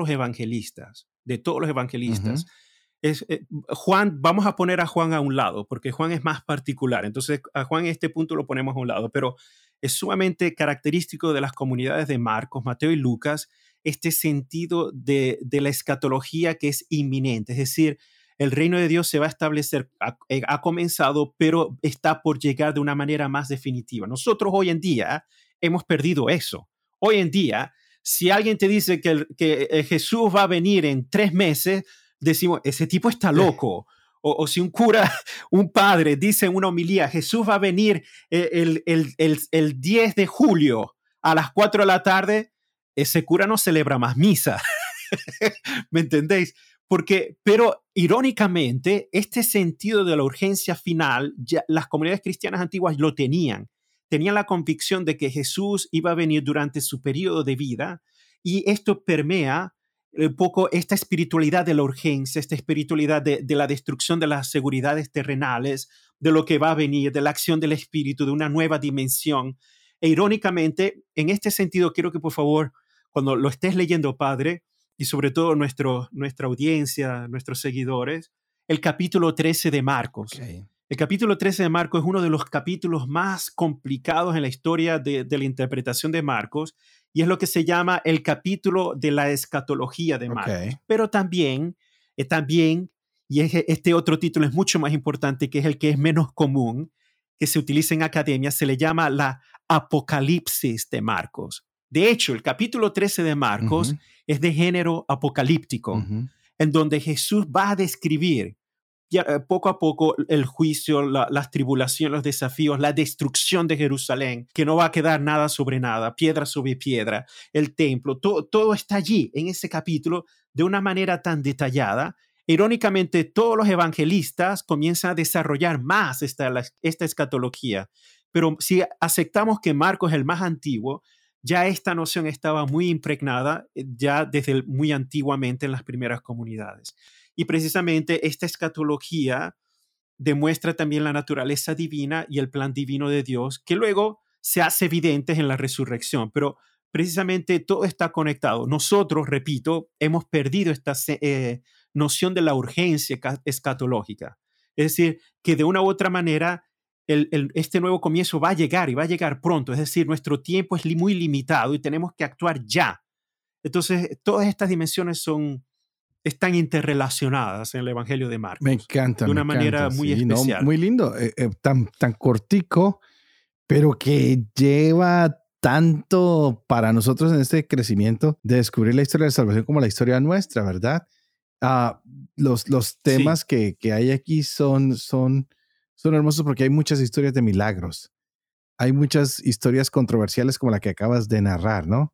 de todos los evangelistas, Ujú. es Juan, vamos a poner a Juan a un lado, porque Juan es más particular. Entonces, a Juan en este punto lo ponemos a un lado, pero es sumamente característico de las comunidades de Marcos, Mateo y Lucas, este sentido de la escatología que es inminente, es decir, el reino de Dios se va a establecer, ha comenzado, pero está por llegar de una manera más definitiva. Nosotros hoy en día hemos perdido eso. Hoy en día, si alguien te dice que Jesús va a venir en 3 meses, decimos, ese tipo está Sí, loco. O si un cura, un padre dice en una homilía, Jesús va a venir el 10 de julio a las 4 de la tarde, ese cura no celebra más misa. ¿Me entendéis? Porque, pero irónicamente, este sentido de la urgencia final, ya las comunidades cristianas antiguas lo tenían. Tenían la convicción de que Jesús iba a venir durante su periodo de vida y esto permea un poco esta espiritualidad de la urgencia, esta espiritualidad de la destrucción de las seguridades terrenales, de lo que va a venir, de la acción del Espíritu, de una nueva dimensión. E irónicamente, en este sentido, quiero que por favor, cuando lo estés leyendo, Padre, y sobre todo nuestra audiencia, nuestros seguidores, el capítulo 13 de Marcos. ok. El capítulo 13 de Marcos es uno de los capítulos más complicados en la historia de la interpretación de Marcos y es lo que se llama el capítulo de la escatología de Ok. Marcos. Pero también, y este otro título es mucho más importante, que es el que es menos común, que se utiliza en academia, se le llama la Apocalipsis de Marcos. De hecho, el capítulo 13 de Marcos Ujú, es de género apocalíptico, ujú. en donde Jesús va a describir ya, poco a poco el juicio, las tribulaciones, los desafíos, la destrucción de Jerusalén, que no va a quedar nada sobre nada, piedra sobre piedra, el templo, todo está allí en ese capítulo de una manera tan detallada. Irónicamente, todos los evangelistas comienzan a desarrollar más esta escatología, pero si aceptamos que Marcos es el más antiguo, ya esta noción estaba muy impregnada ya desde muy antiguamente en las primeras comunidades. Y precisamente esta escatología demuestra también la naturaleza divina y el plan divino de Dios, que luego se hace evidente en la resurrección, pero precisamente todo está conectado. Nosotros, repito, hemos perdido esta noción de la urgencia escatológica. Es decir, que de una u otra manera este nuevo comienzo va a llegar y va a llegar pronto. Es decir, nuestro tiempo es muy limitado y tenemos que actuar ya. Entonces, todas estas dimensiones están interrelacionadas en el Evangelio de Marcos de Me una manera encanta, muy sí, no, especial. muy lindo, tan cortico, pero que lleva tanto para nosotros en este crecimiento de descubrir la historia de la salvación como la historia nuestra, ¿verdad? Ah, los Sí, temas que hay aquí son hermosos porque hay muchas historias de milagros, hay muchas historias controversiales como la que acabas de narrar, ¿no?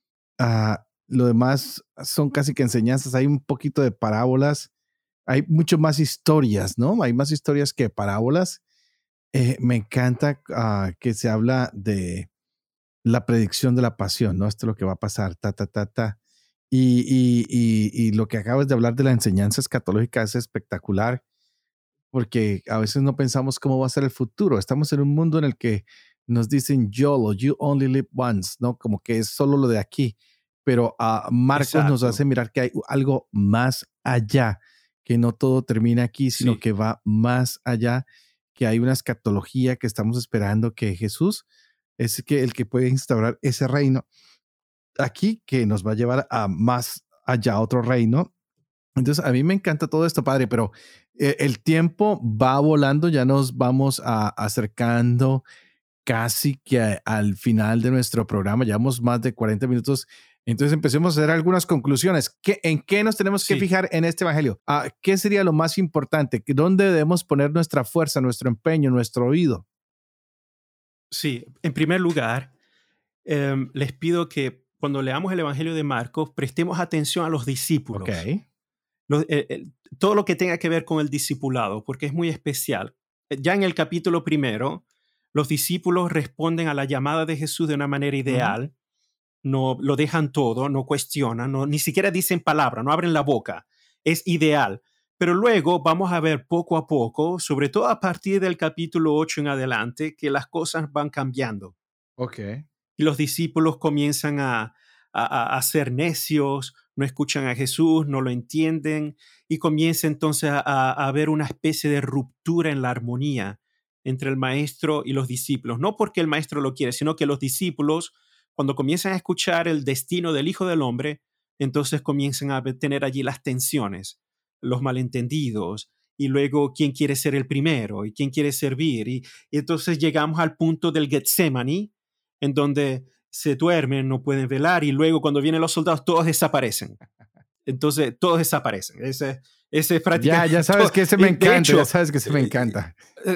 Lo demás son casi que enseñanzas, hay un poquito de parábolas, hay mucho más historias, ¿no? Hay más historias que parábolas. Me encanta que se habla de la predicción de la pasión, ¿no? Esto es lo que va a pasar, ta, ta, ta, ta. Y lo que acabas de hablar de la enseñanza escatológica es espectacular porque a veces no pensamos cómo va a ser el futuro. Estamos en un mundo en el que nos dicen YOLO, you only live once, ¿no? Como que es solo lo de aquí. Pero Marcos nos hace exacto. mirar que hay algo más allá, que no todo termina aquí, sino Sí, que va más allá, que hay una escatología que estamos esperando que Jesús es que el que puede instaurar ese reino aquí que nos va a llevar a más allá, a otro reino. Entonces, a mí me encanta todo esto, padre, pero El tiempo va volando, ya nos vamos acercando casi que al final de nuestro programa, llevamos más de 40 minutos, entonces empecemos a hacer algunas conclusiones. ¿En qué nos tenemos que Sí, fijar en este evangelio? ¿Qué sería lo más importante? ¿Dónde debemos poner nuestra fuerza, nuestro empeño, nuestro oído? sí. En primer lugar, les pido que cuando leamos el Evangelio de Marcos, prestemos atención a los Ok, discípulos. Todo lo que tenga que ver con el discipulado, porque es muy especial. Ya en el capítulo primero, los discípulos responden a la llamada de Jesús de una manera ujú, ideal, no lo dejan todo, no cuestionan, ni siquiera dicen palabra, no abren la boca. Es ideal. Pero luego vamos a ver poco a poco, sobre todo a partir del capítulo 8 en adelante, que las cosas van cambiando ok. y los discípulos comienzan a ser necios, no escuchan a Jesús, no lo entienden y comienza entonces a haber una especie de ruptura en la armonía entre el maestro y los discípulos. No porque el maestro lo quiere, sino que los discípulos, cuando comienzan a escuchar el destino del Hijo del Hombre, entonces comienzan a tener allí las tensiones, los malentendidos, y luego quién quiere ser el primero y quién quiere servir. Y entonces llegamos al punto del Getsemaní, en donde se duermen, no pueden velar y luego cuando vienen los soldados todos desaparecen. Entonces todos desaparecen. Ese es Ya prácticamente sabes todo. que ese me Y de encanta, ya hecho, sabes que ese me encanta.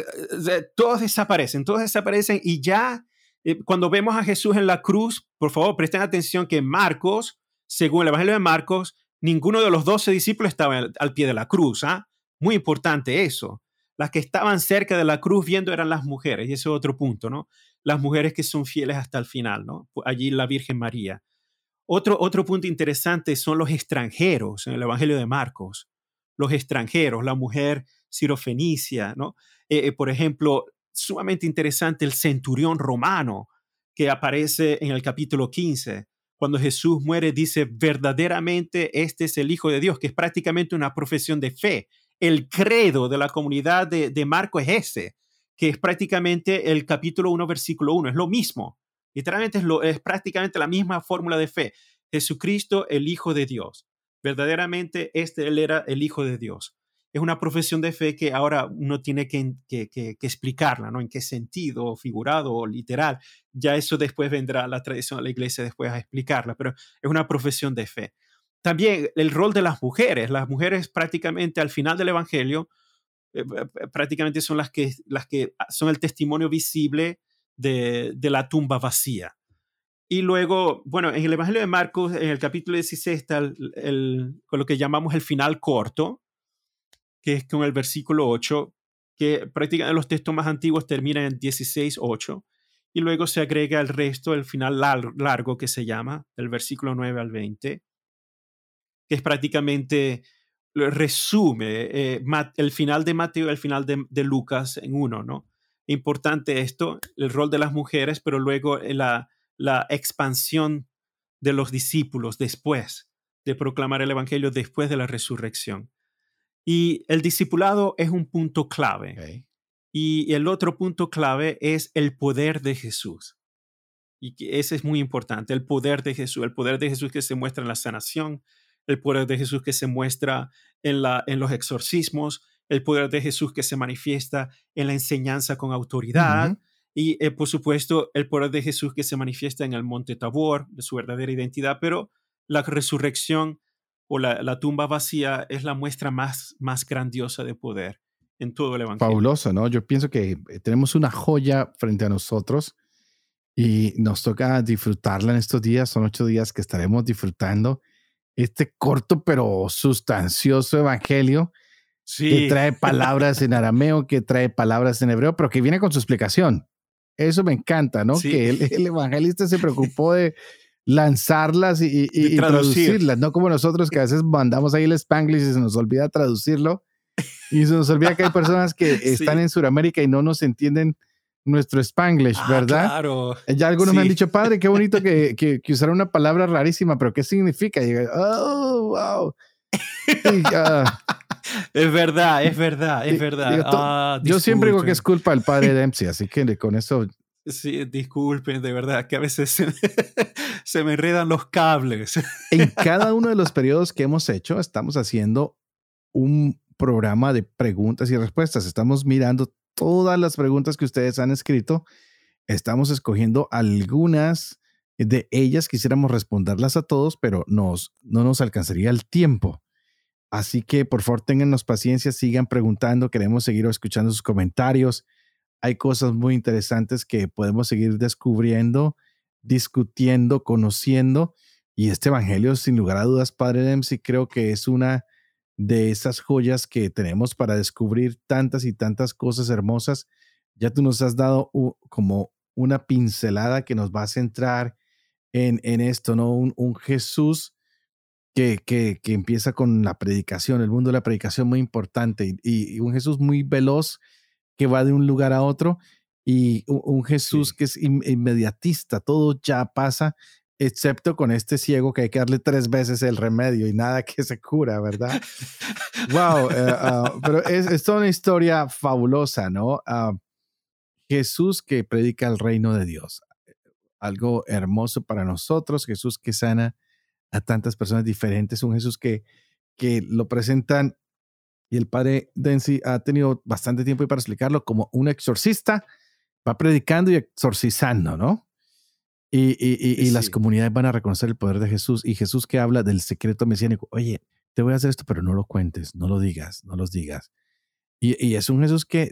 todos desaparecen y ya cuando vemos a Jesús en la cruz, por favor presten atención que Marcos, según el Evangelio de Marcos, ninguno de los 12 discípulos estaba al pie de la cruz. ¿Ah? Muy importante eso. Las que estaban cerca de la cruz viendo eran las mujeres, y ese es otro punto, ¿no? Las mujeres que son fieles hasta el final, ¿no? Allí la Virgen María. Otro punto interesante son los extranjeros en el Evangelio de Marcos. Los extranjeros, la mujer sirofenicia, ¿no? Por ejemplo, sumamente interesante el centurión romano que aparece en el capítulo 15. Cuando Jesús muere, dice, verdaderamente este es el Hijo de Dios, que es prácticamente una profesión de fe. El credo de la comunidad de Marcos es ese, que es prácticamente el capítulo 1, versículo 1. Es lo mismo. Literalmente es prácticamente la misma fórmula de fe. Jesucristo, el Hijo de Dios. Verdaderamente, él era el Hijo de Dios. Es una profesión de fe que ahora uno tiene que explicarla, ¿no? En qué sentido, figurado o literal. Ya eso después vendrá la tradición de la iglesia después a explicarla, pero es una profesión de fe. También el rol de las mujeres prácticamente al final del Evangelio, prácticamente son las que son el testimonio visible de la tumba vacía. Y luego, bueno, en el Evangelio de Marcos, en el capítulo 16 está con lo que llamamos el final corto, que es con el versículo 8, que prácticamente los textos más antiguos terminan en 16:8, y luego se agrega el resto, el final largo que se llama, del versículo 9 al 20, que es prácticamente resume el final de Mateo y el final de Lucas en uno, ¿no? Importante esto, el rol de las mujeres, pero luego la expansión de los discípulos después de proclamar el Evangelio después de la resurrección. Y el discipulado es un punto clave. Okay. Y el otro punto clave es el poder de Jesús. Y que ese es muy importante, el poder de Jesús que se muestra en la sanación, el poder de Jesús que se muestra en los exorcismos, el poder de Jesús que se manifiesta en la enseñanza con autoridad Ujú. y, por supuesto, el poder de Jesús que se manifiesta en el monte Tabor, de su verdadera identidad, pero la resurrección o la tumba vacía es la muestra más grandiosa de poder en todo el Evangelio. Fabuloso, ¿no? Yo pienso que tenemos una joya frente a nosotros y nos toca disfrutarla en estos días. Son 8 días que estaremos disfrutando este corto pero sustancioso evangelio que Sí, trae palabras en arameo, que trae palabras en hebreo, pero que viene con su explicación. Eso me encanta, ¿no? sí, Que el evangelista se preocupó de lanzarlas de y traducir. traducirlas, no como nosotros que a veces mandamos ahí el Spanglish y se nos olvida traducirlo. Y se nos olvida que hay personas que están Sí. en Sudamérica y no nos entienden nuestro Spanglish, Ah, ¿verdad? claro. Ya algunos me han Sí, dicho, padre, qué bonito que usaron una palabra rarísima, pero ¿qué significa? Y yo, oh, wow. Sí, es verdad, es verdad, es sí, verdad. digo, Ah, yo siempre digo que es disculpen. culpa del padre Dempsey, así que con eso, Sí, disculpen, de verdad, que a veces se me enredan los cables. en cada uno de los periodos que hemos hecho, estamos haciendo un programa de preguntas y respuestas. Estamos mirando todas las preguntas que ustedes han escrito. Estamos escogiendo algunas de ellas. Quisiéramos responderlas a todos, pero no nos alcanzaría el tiempo. Así que por favor téngannos paciencia, sigan preguntando. Queremos seguir escuchando sus comentarios. Hay cosas muy interesantes que podemos seguir descubriendo, discutiendo, conociendo. Y este evangelio, sin lugar a dudas, Padre Dempsey, creo que es una de esas joyas que tenemos para descubrir tantas y tantas cosas hermosas. Ya tú nos has dado como una pincelada que nos va a centrar en esto, ¿no? Un Jesús que empieza con la predicación, el mundo de la predicación muy importante y un Jesús muy veloz que va de un lugar a otro y un Jesús que es inmediatista, todo ya pasa, excepto con este ciego que hay que darle 3 veces el remedio y nada que se cura, ¿verdad? Wow, pero es toda una historia fabulosa, ¿no? Jesús que predica el reino de Dios, algo hermoso para nosotros, Jesús que sana a tantas personas diferentes, un Jesús que lo presentan y el padre Dempsey ha tenido bastante tiempo para explicarlo como un exorcista, va predicando y exorcizando, ¿no? Y las comunidades van a reconocer el poder de Jesús y Jesús que habla del secreto mesiánico. Oye, te voy a hacer esto, pero no lo cuentes, no lo digas, no los digas. Y es un Jesús que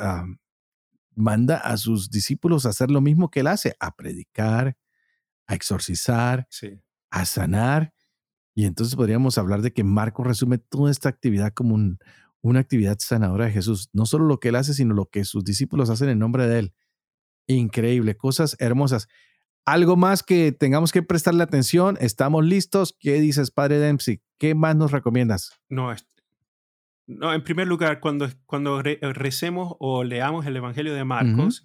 manda a sus discípulos a hacer lo mismo que él hace, a predicar, a exorcizar, a sanar. Y entonces podríamos hablar de que Marcos resume toda esta actividad como una actividad sanadora de Jesús. No solo lo que él hace, sino lo que sus discípulos hacen en nombre de él. Increíble, cosas hermosas. Algo más que tengamos que prestarle atención. ¿Estamos listos? ¿Qué dices, Padre Dempsey? ¿Qué más nos recomiendas? No, en primer lugar, cuando recemos o leamos el Evangelio de Marcos,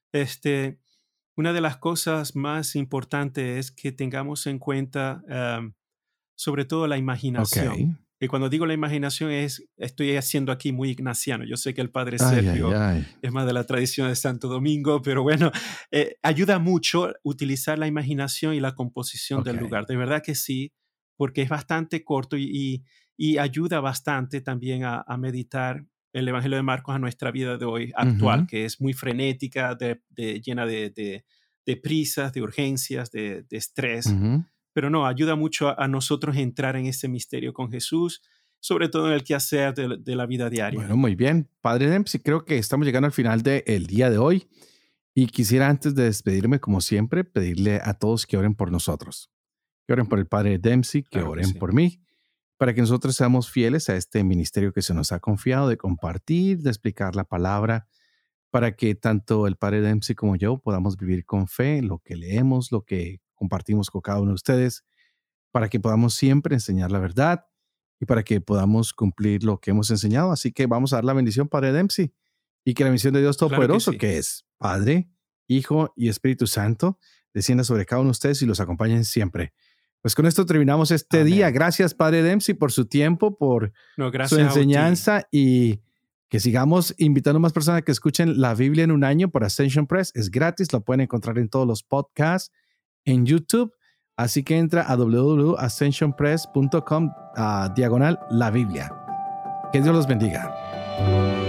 una de las cosas más importantes es que tengamos en cuenta sobre todo la imaginación. Okay. Y cuando digo la imaginación estoy haciendo aquí muy ignaciano. Yo sé que el padre Sergio es más de la tradición de Santo Domingo, pero bueno, ayuda mucho utilizar la imaginación y la composición del lugar. De verdad que sí, porque es bastante corto y ayuda bastante también a meditar el Evangelio de Marcos a nuestra vida de hoy actual, que es muy frenética, llena de prisas, de urgencias, de estrés. Pero no, ayuda mucho a nosotros entrar en ese misterio con Jesús, sobre todo en el quehacer de la vida diaria. Bueno, muy bien. Padre Dempsey, creo que estamos llegando al final del día de hoy y quisiera antes de despedirme, como siempre, pedirle a todos que oren por nosotros. Que oren por el Padre Dempsey, que oren por mí, para que nosotros seamos fieles a este ministerio que se nos ha confiado de compartir, de explicar la palabra, para que tanto el Padre Dempsey como yo podamos vivir con fe lo que leemos, lo que compartimos con cada uno de ustedes, para que podamos siempre enseñar la verdad y para que podamos cumplir lo que hemos enseñado. Así que vamos a dar la bendición, Padre Dempsey, y que la bendición de Dios Todopoderoso, que es Padre, Hijo y Espíritu Santo, descienda sobre cada uno de ustedes y los acompañen siempre. Pues con esto terminamos este día. Gracias, Padre Dempsey, por su tiempo, por su enseñanza y que sigamos invitando a más personas a que escuchen la Biblia en un año por Ascension Press. Es gratis, lo pueden encontrar en todos los podcasts, en YouTube. Así que entra a www.ascensionpress.com /la Biblia. Que Dios los bendiga.